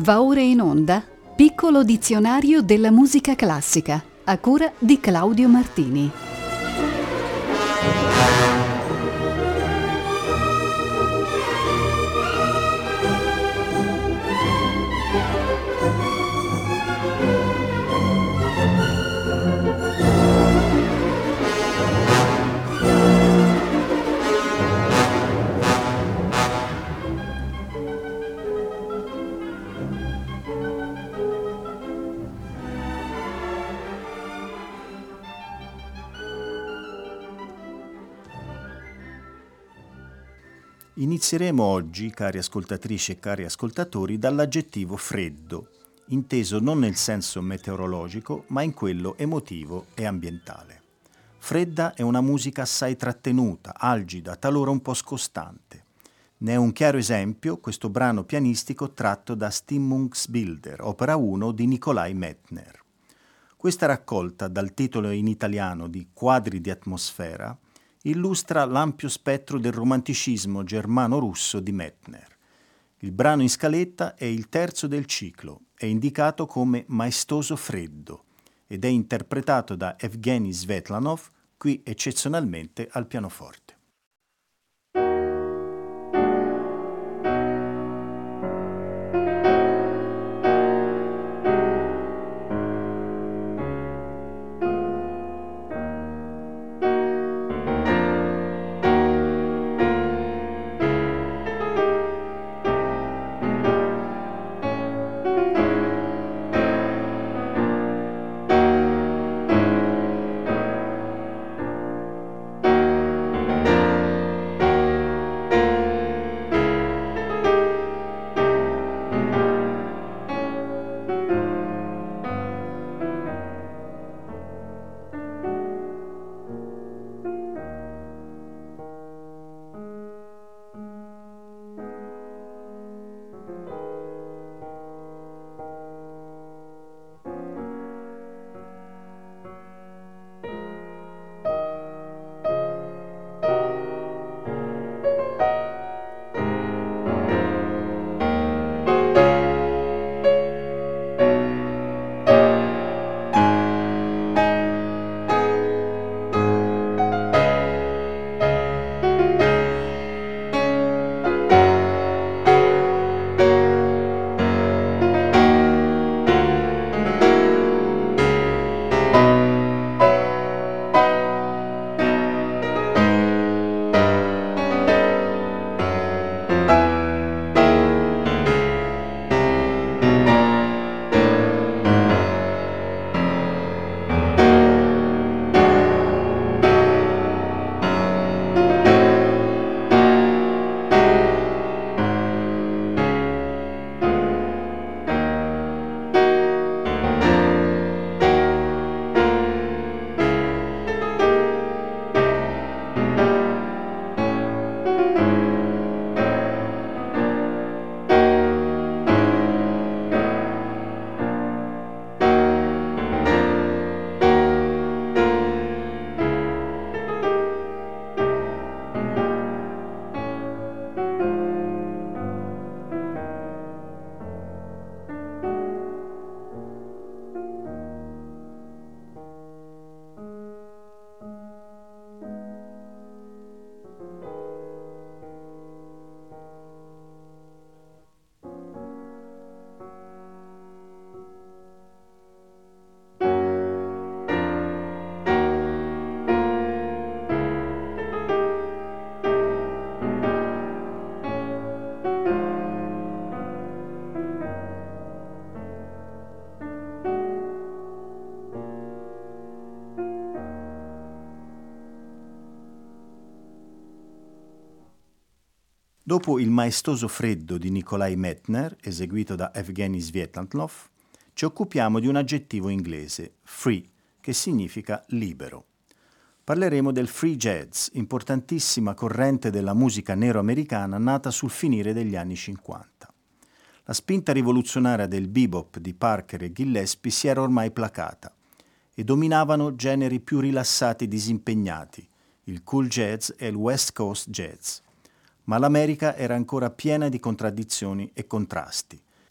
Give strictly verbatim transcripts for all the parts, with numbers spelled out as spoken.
Va ora in onda Piccolo dizionario della musica classica, a cura di Claudio Martini. Inizieremo oggi, cari ascoltatrici e cari ascoltatori, dall'aggettivo freddo, inteso non nel senso meteorologico, ma in quello emotivo e ambientale. Fredda è una musica assai trattenuta, algida, talora un po' scostante. Ne è un chiaro esempio questo brano pianistico tratto da Stimmungsbilder, opera uno di Nikolai Medtner. Questa raccolta, dal titolo in italiano di Quadri di atmosfera, illustra l'ampio spettro del romanticismo germano-russo di Medtner. Il brano in scaletta è il terzo del ciclo, è indicato come Maestoso freddo ed è interpretato da Evgeny Svetlanov, qui eccezionalmente al pianoforte. Dopo il maestoso freddo di Nikolai Medtner, eseguito da Evgeny Svetlanov, ci occupiamo di un aggettivo inglese, free, che significa libero. Parleremo del free jazz, importantissima corrente della musica nero-americana nata sul finire degli anni cinquanta. La spinta rivoluzionaria del bebop di Parker e Gillespie si era ormai placata e dominavano generi più rilassati e disimpegnati, il cool jazz e il West Coast jazz. Ma l'America era ancora piena di contraddizioni e contrasti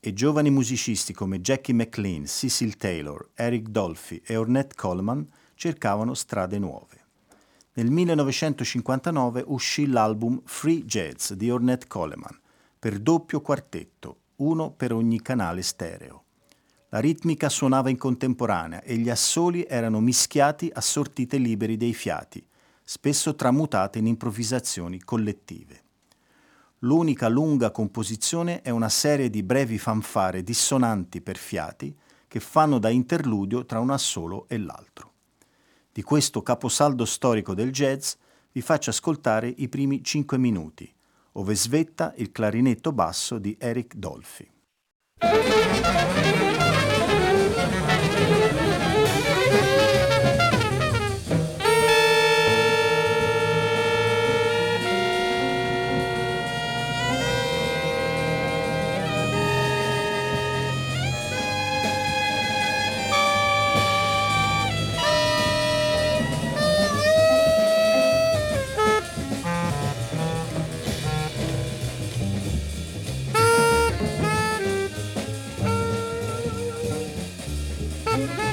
e giovani musicisti come Jackie McLean, Cecil Taylor, Eric Dolphy e Ornette Coleman cercavano strade nuove. Nel millenovecentocinquantanove uscì l'album Free Jazz di Ornette Coleman, per doppio quartetto, uno per ogni canale stereo. La ritmica suonava in contemporanea e gli assoli erano mischiati a sortite liberi dei fiati, spesso tramutate in improvvisazioni collettive. L'unica lunga composizione è una serie di brevi fanfare dissonanti per fiati che fanno da interludio tra un assolo e l'altro. Di questo caposaldo storico del jazz vi faccio ascoltare i primi cinque minuti, ove svetta il clarinetto basso di Eric Dolphy. Thank you.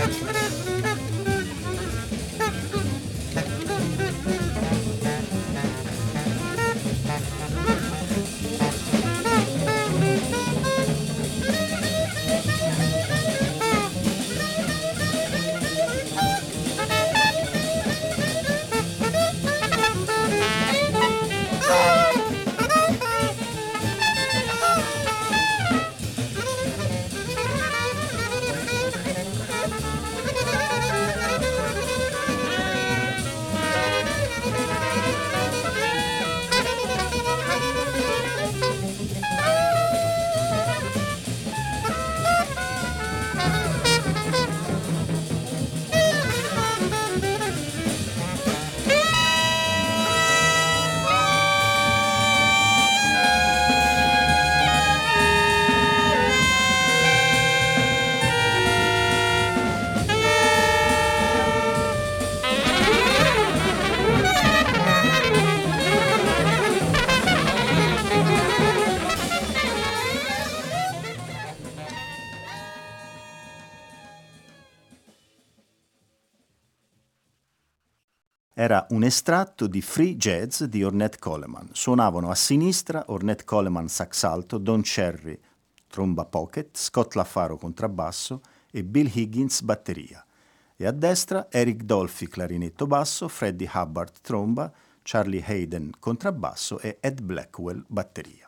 Era un estratto di Free Jazz di Ornette Coleman. Suonavano a sinistra Ornette Coleman sax alto, Don Cherry tromba pocket, Scott LaFaro contrabbasso e Bill Higgins batteria. E a destra Eric Dolphy clarinetto basso, Freddie Hubbard tromba, Charlie Hayden contrabbasso e Ed Blackwell batteria.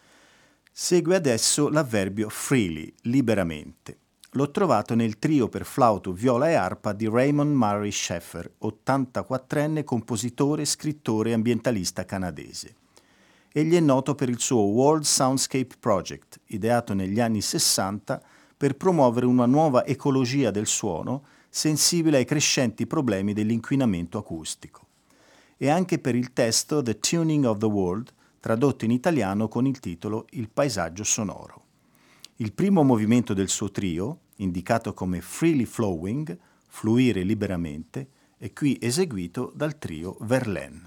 Segue adesso l'avverbio freely, liberamente. L'ho trovato nel trio per flauto, viola e arpa di Raymond Murray Schaeffer, ottantaquattrenne compositore, scrittore e ambientalista canadese. Egli è noto per il suo World Soundscape Project, ideato negli anni sessanta per promuovere una nuova ecologia del suono sensibile ai crescenti problemi dell'inquinamento acustico. E anche per il testo The Tuning of the World, tradotto in italiano con il titolo Il paesaggio sonoro. Il primo movimento del suo trio, indicato come Freely Flowing, fluire liberamente, è qui eseguito dal trio Verlaine.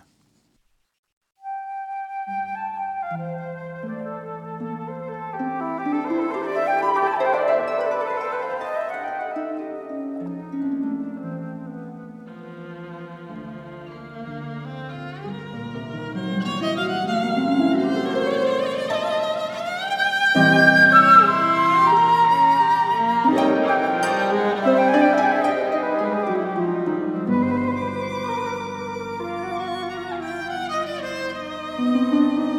Thank you.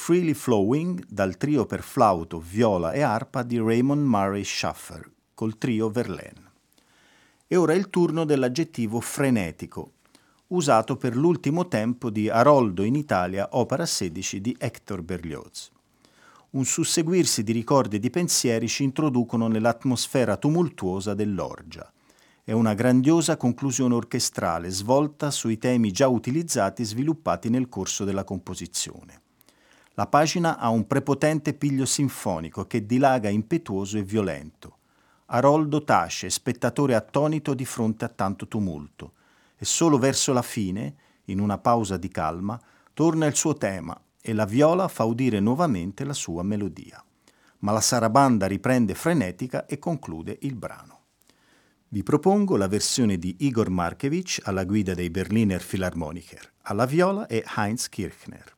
Freely Flowing dal trio per flauto, viola e arpa di Raymond Murray Schaffer col trio Verlaine. E ora è il turno dell'aggettivo frenetico, usato per l'ultimo tempo di Aroldo in Italia, opera sedici di Hector Berlioz. Un susseguirsi di ricordi e di pensieri ci introducono nell'atmosfera tumultuosa dell'orgia. È una grandiosa conclusione orchestrale svolta sui temi già utilizzati e sviluppati nel corso della composizione. La pagina ha un prepotente piglio sinfonico che dilaga impetuoso e violento. Aroldo tace, spettatore attonito di fronte a tanto tumulto, e solo verso la fine, in una pausa di calma, torna il suo tema e la viola fa udire nuovamente la sua melodia. Ma la sarabanda riprende frenetica e conclude il brano. Vi propongo la versione di Igor Markevich alla guida dei Berliner Philharmoniker. Alla viola è Heinz Kirchner.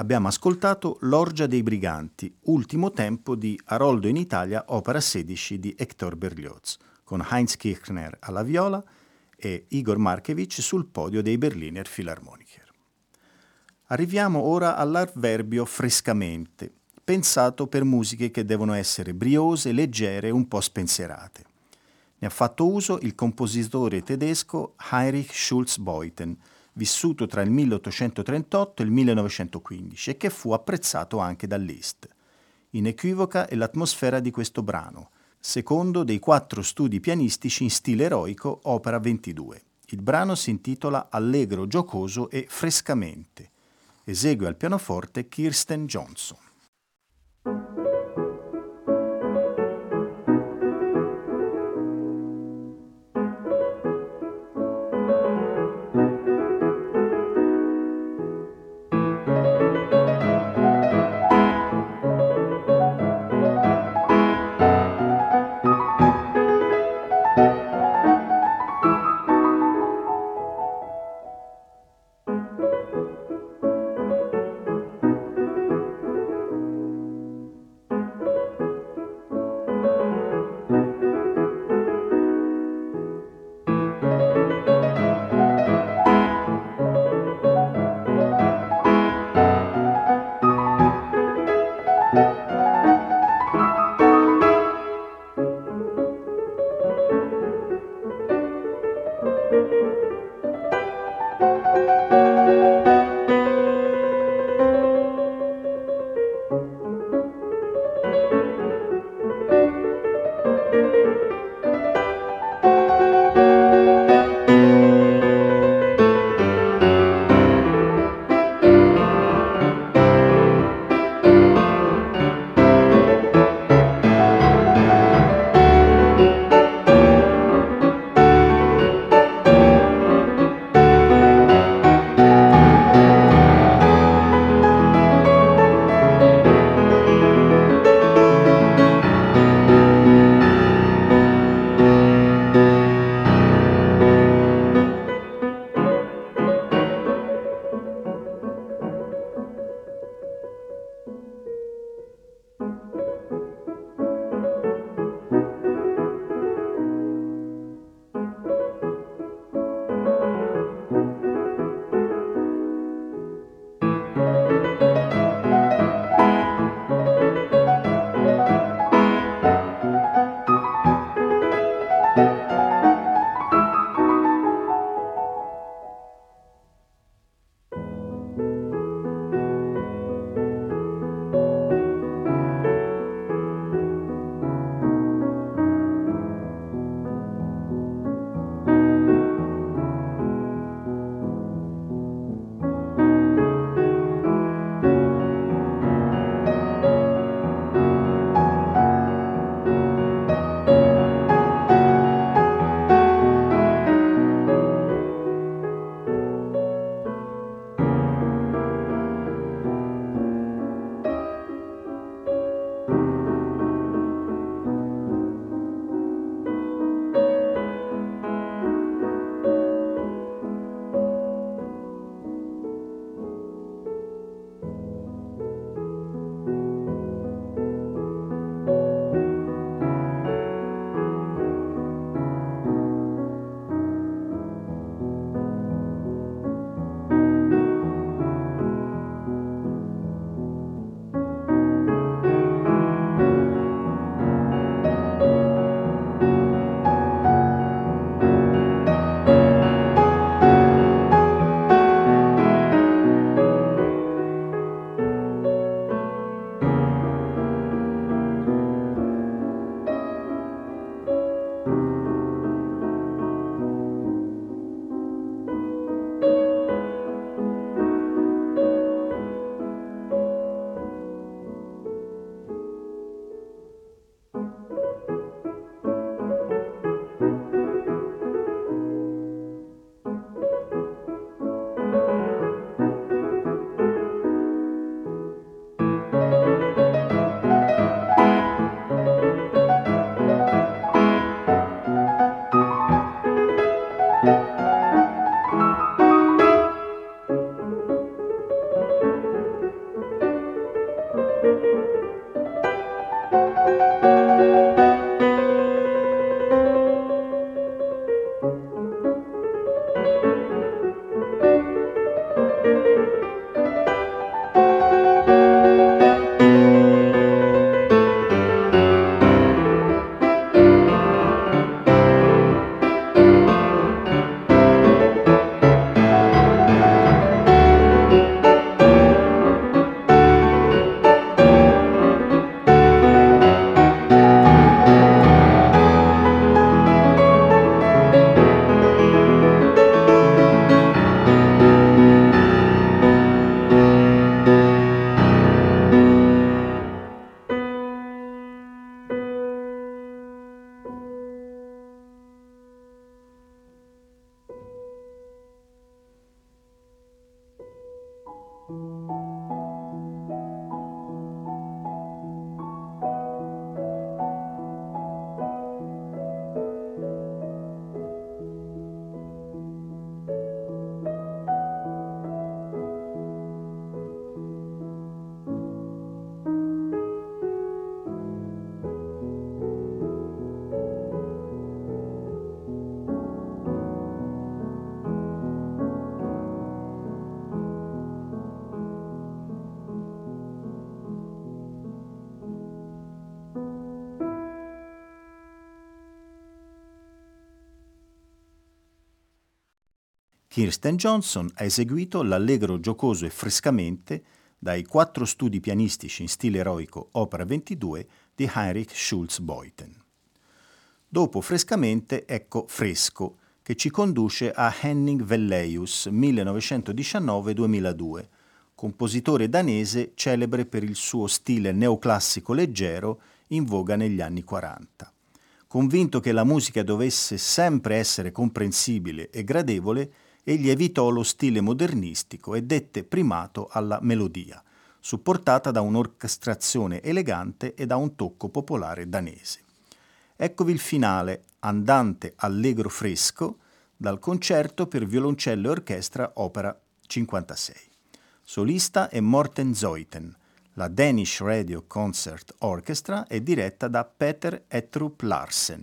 Abbiamo ascoltato L'Orgia dei Briganti, ultimo tempo di Aroldo in Italia, opera sedici di Hector Berlioz, con Heinz Kirchner alla viola e Igor Markevich sul podio dei Berliner Philharmoniker. Arriviamo ora all'avverbio frescamente, pensato per musiche che devono essere briose, leggere e un po' spensierate. Ne ha fatto uso il compositore tedesco Heinrich Schulz-Boyten, vissuto tra il milleottocentotrentotto e il millenovecentoquindici e che fu apprezzato anche dall'Est. Inequivoca è l'atmosfera di questo brano, secondo dei quattro studi pianistici in stile eroico, opera ventidue. Il brano si intitola Allegro, giocoso e frescamente. Esegue al pianoforte Kirsten Johnson. Kirsten Johnson ha eseguito l'allegro giocoso e frescamente dai quattro studi pianistici in stile eroico opera ventidue di Heinrich Schulze-Boyten. Dopo frescamente ecco Fresco, che ci conduce a Henning Velleius millenovecentodiciannove duemiladue, compositore danese celebre per il suo stile neoclassico leggero in voga negli anni quaranta. Convinto che la musica dovesse sempre essere comprensibile e gradevole, egli evitò lo stile modernistico e dette primato alla melodia, supportata da un'orchestrazione elegante e da un tocco popolare danese. Eccovi il finale, andante allegro fresco, dal concerto per violoncello e orchestra opera cinquantasei. Solista è Morten Zeuthen. La Danish Radio Concert Orchestra è diretta da Peter Ettrup Larsen.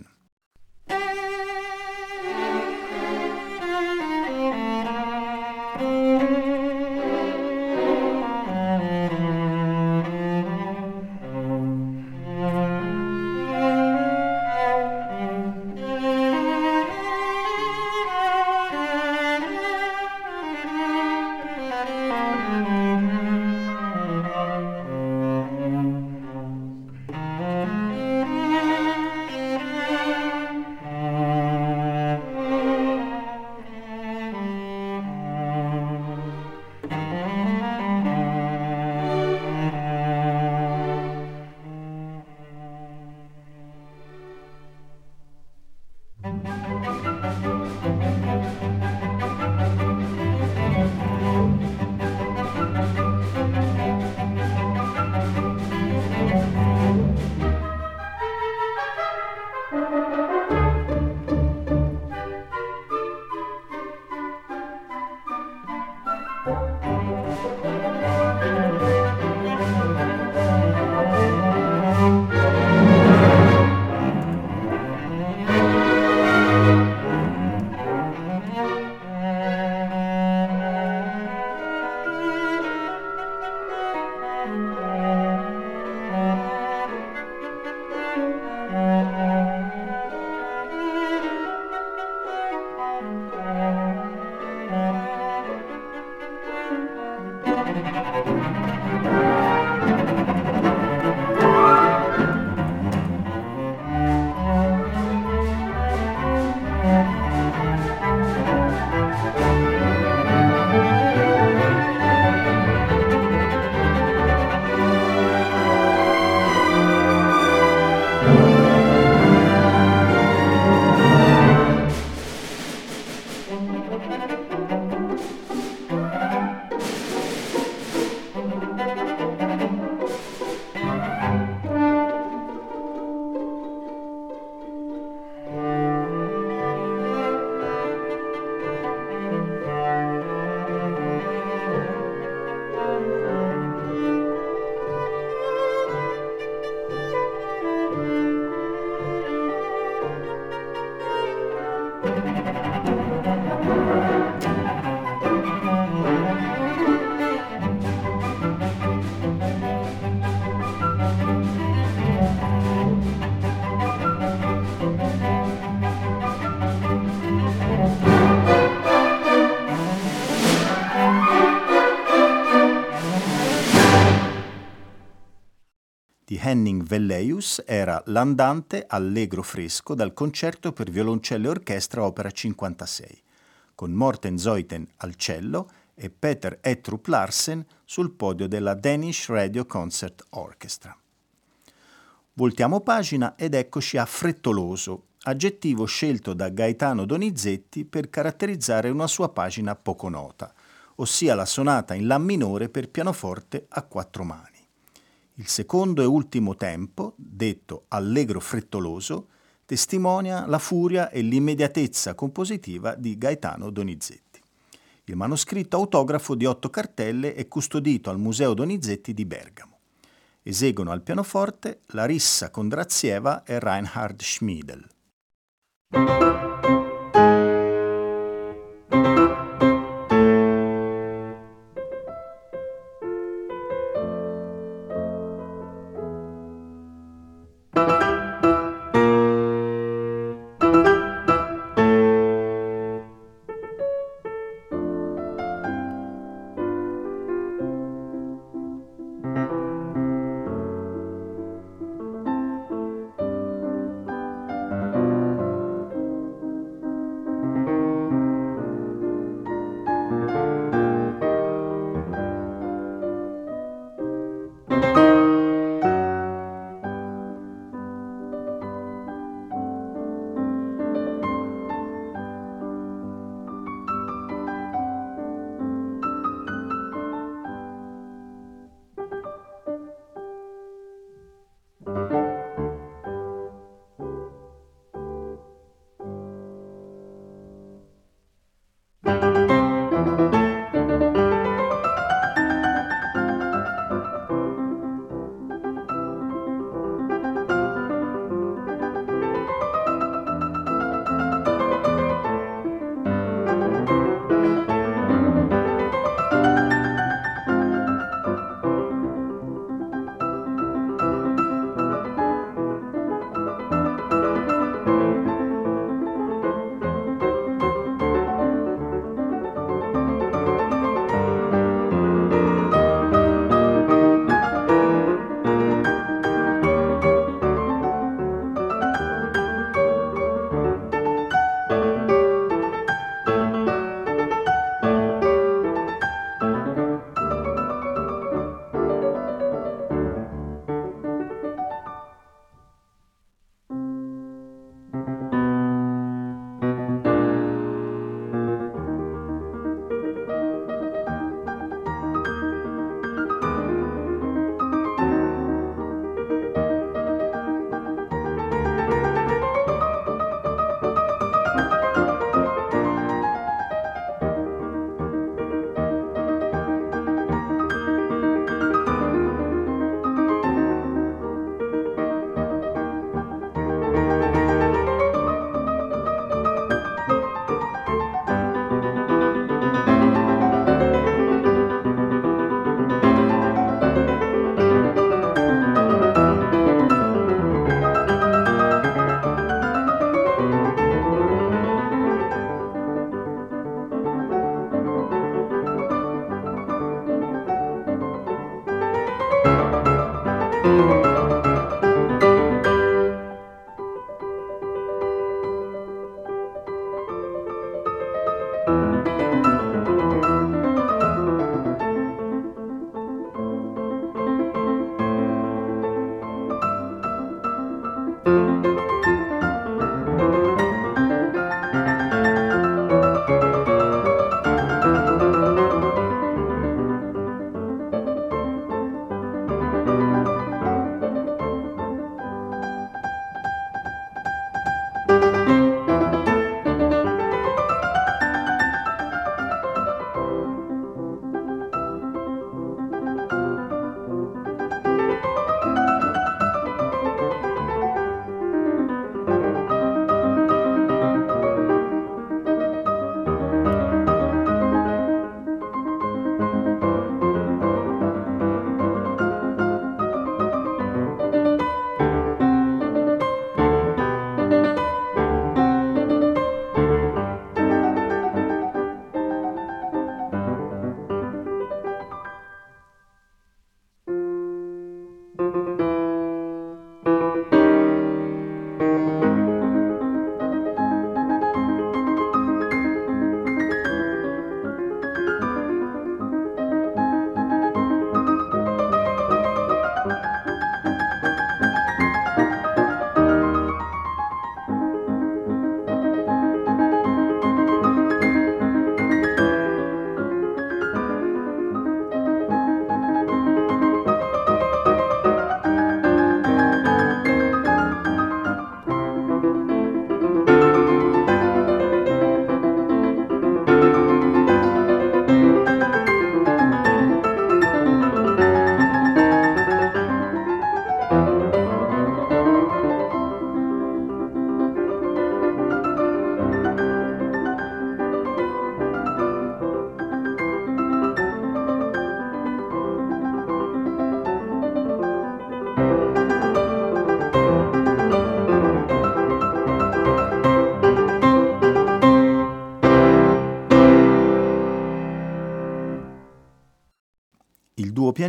Henning Velleius era l'andante allegro fresco dal concerto per violoncello e orchestra opera cinquantasei, con Morten Zeuthen al cello e Peter Ettrup Larsen sul podio della Danish Radio Concert Orchestra. Voltiamo pagina ed eccoci a frettoloso, aggettivo scelto da Gaetano Donizetti per caratterizzare una sua pagina poco nota, ossia la sonata in La minore per pianoforte a quattro mani. Il secondo e ultimo tempo, detto allegro frettoloso, testimonia la furia e l'immediatezza compositiva di Gaetano Donizetti. Il manoscritto autografo di otto cartelle è custodito al Museo Donizetti di Bergamo. Eseguono al pianoforte Larissa Kondratieva e Reinhard Schmiedel.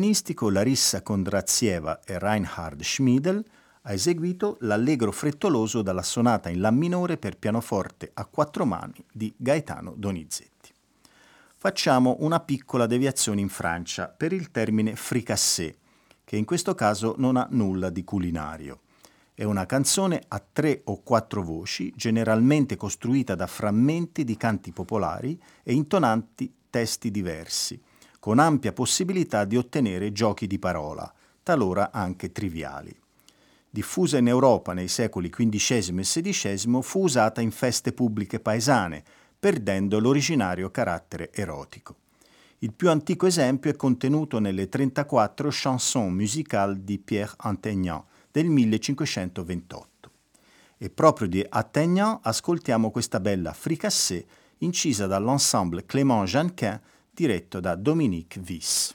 pianistico Larissa Kondratieva e Reinhard Schmiedel ha eseguito l'Allegro frettoloso dalla sonata in La minore per pianoforte a quattro mani di Gaetano Donizetti. Facciamo una piccola deviazione in Francia per il termine fricassé, che in questo caso non ha nulla di culinario. È una canzone a tre o quattro voci, generalmente costruita da frammenti di canti popolari e intonanti testi diversi, con ampia possibilità di ottenere giochi di parola, talora anche triviali. Diffusa in Europa nei secoli quindicesimo e sedicesimo, fu usata in feste pubbliche paesane, perdendo l'originario carattere erotico. Il più antico esempio è contenuto nelle trentaquattro chansons musicales di Pierre Attegnan del millecinquecentoventotto. E proprio di Attegnan ascoltiamo questa bella fricassé incisa dall'ensemble Clément Jeanquin diretto da Dominique Wyss.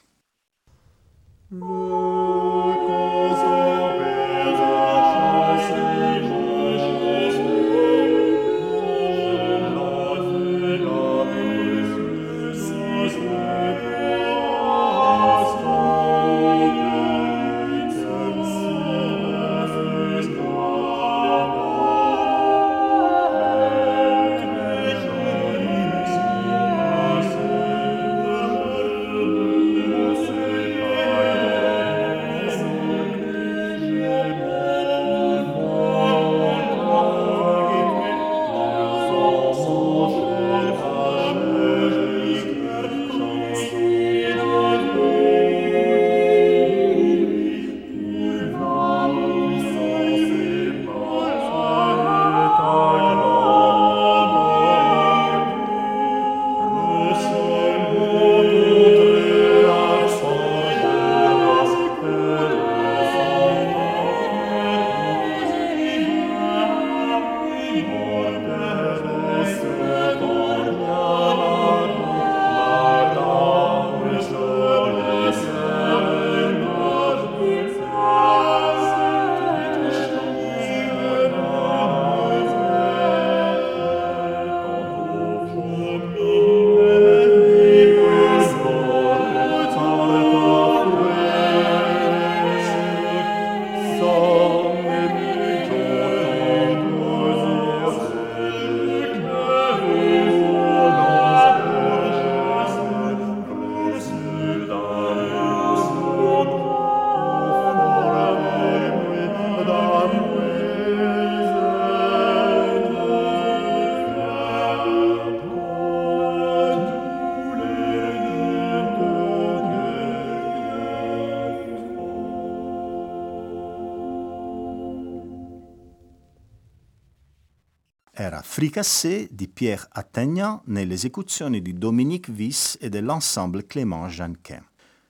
Era Fricassé di Pierre Attegnan nell'esecuzione di Dominique Wyss e dell'ensemble Clément Jeanquin.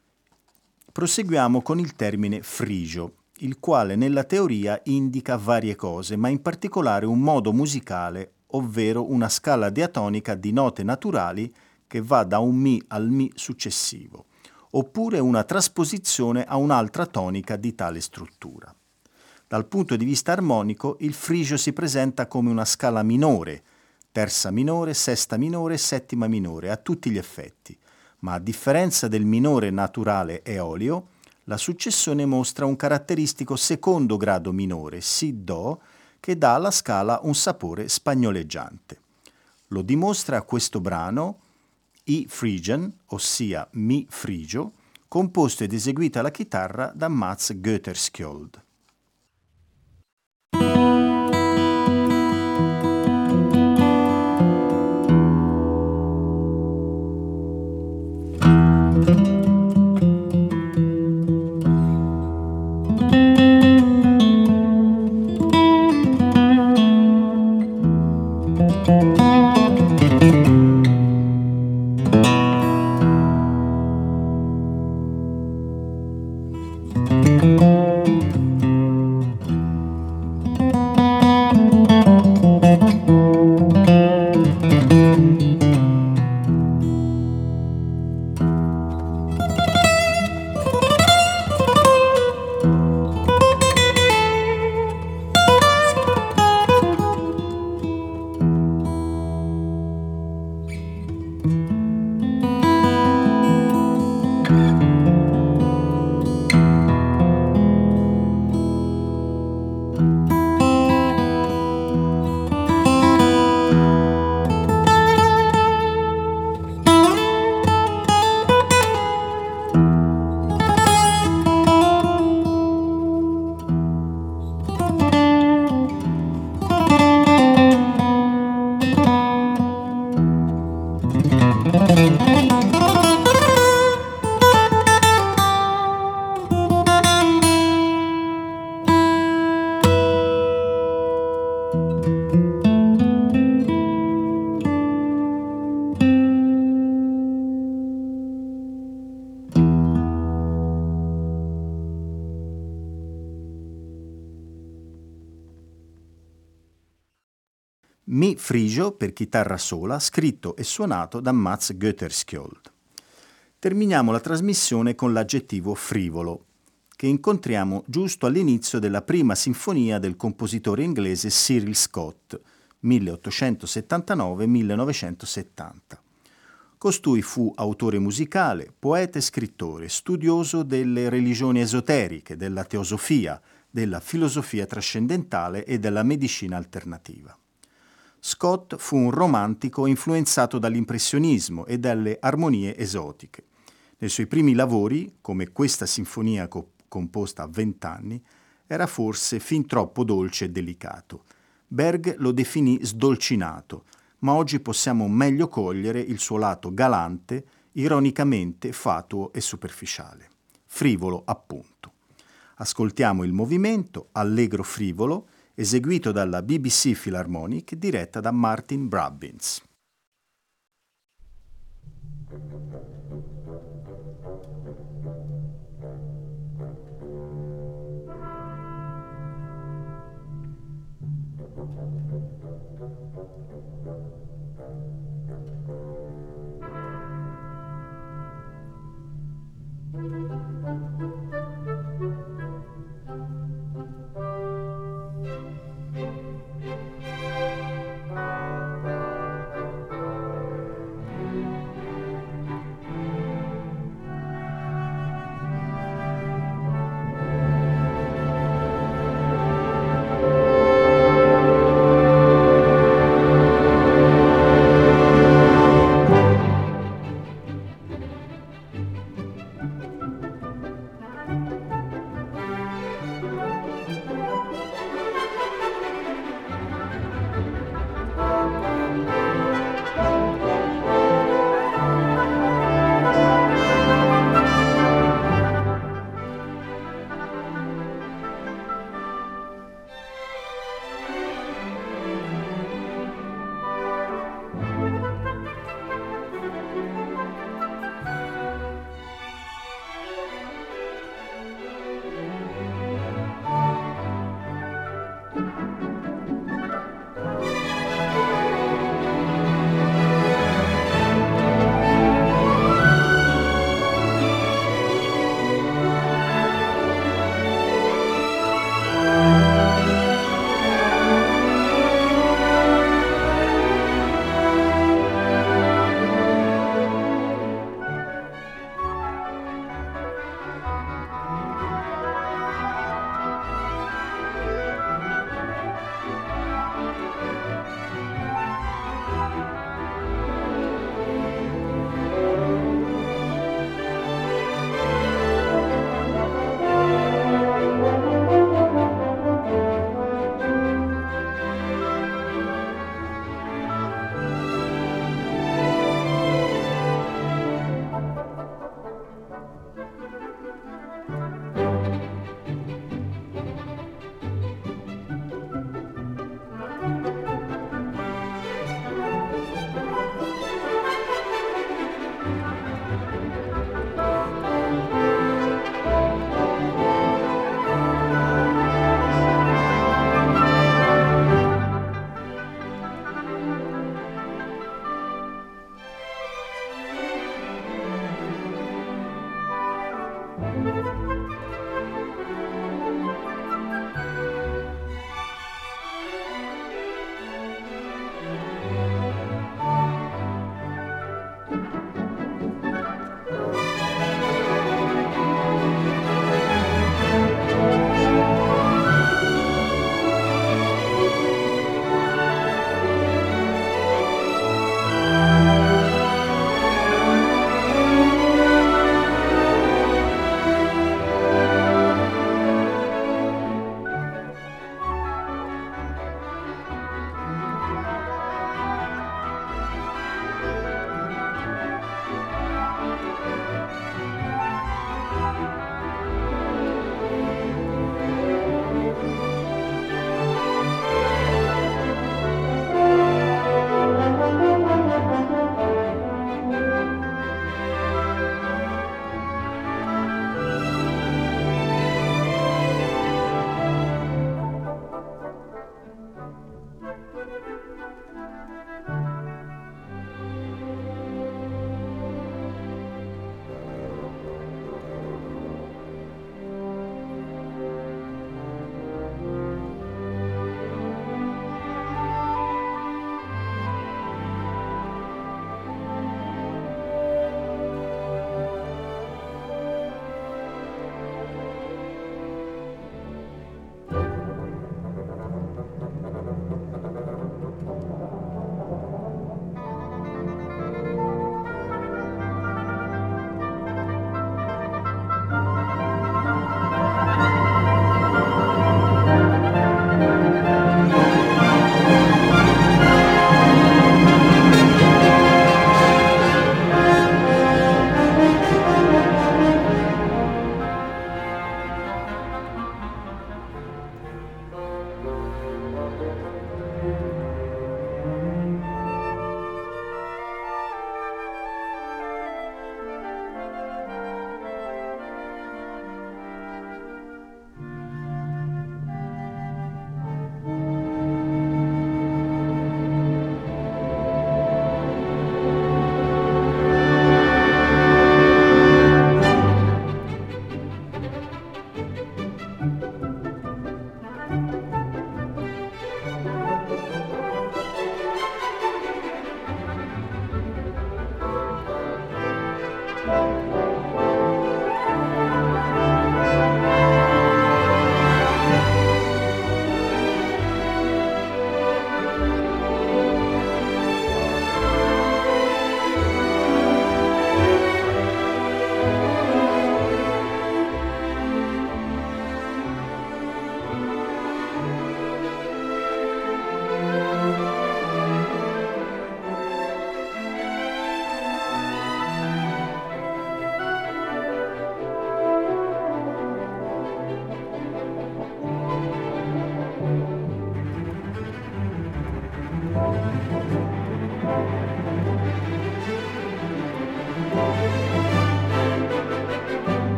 Proseguiamo con il termine frigio, il quale nella teoria indica varie cose, ma in particolare un modo musicale, ovvero una scala diatonica di note naturali che va da un Mi al Mi successivo, oppure una trasposizione a un'altra tonica di tale struttura. Dal punto di vista armonico, il frigio si presenta come una scala minore, terza minore, sesta minore e settima minore, a tutti gli effetti, ma a differenza del minore naturale eolio, la successione mostra un caratteristico secondo grado minore, Si-Do, che dà alla scala un sapore spagnoleggiante. Lo dimostra questo brano, I Phrygian, ossia Mi frigio, composto ed eseguito alla chitarra da Mats Götterskjold. Mi frigio per chitarra sola, scritto e suonato da Mats Götterskjold. Terminiamo la trasmissione con l'aggettivo frivolo, che incontriamo giusto all'inizio della prima sinfonia del compositore inglese Cyril Scott, milleottocentosettantanove millenovecentosettanta. Costui fu autore musicale, poeta e scrittore, studioso delle religioni esoteriche, della teosofia, della filosofia trascendentale e della medicina alternativa. Scott fu un romantico influenzato dall'impressionismo e dalle armonie esotiche. Nei suoi primi lavori, come questa sinfonia co- composta a vent'anni, era forse fin troppo dolce e delicato. Berg lo definì sdolcinato, ma oggi possiamo meglio cogliere il suo lato galante, ironicamente fatuo e superficiale. Frivolo, appunto. Ascoltiamo il movimento Allegro frivolo, eseguito dalla B B C Philharmonic diretta da Martin Brabbins.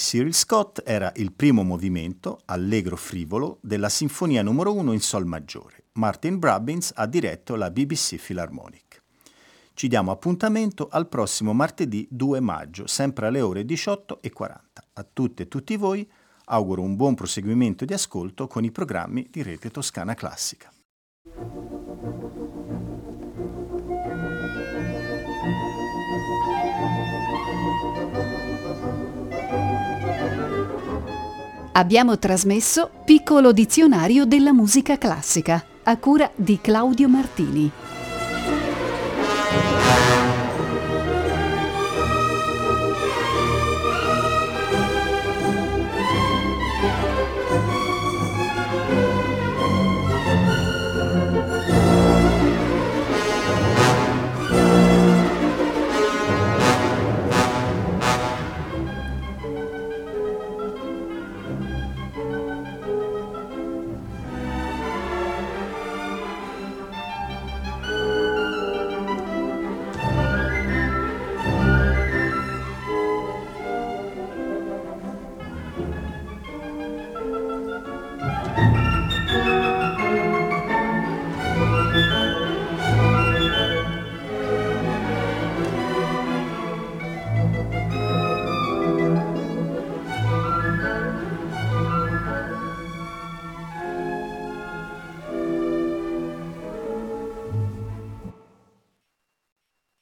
Cyril Scott era il primo movimento, allegro frivolo, della Sinfonia numero uno in Sol maggiore. Martin Brabbins ha diretto la B B C Philharmonic. Ci diamo appuntamento al prossimo martedì due maggio, sempre alle ore diciotto e quaranta. A tutte e tutti voi auguro un buon proseguimento di ascolto con i programmi di Rete Toscana Classica. Abbiamo trasmesso Piccolo dizionario della musica classica, a cura di Claudio Martini.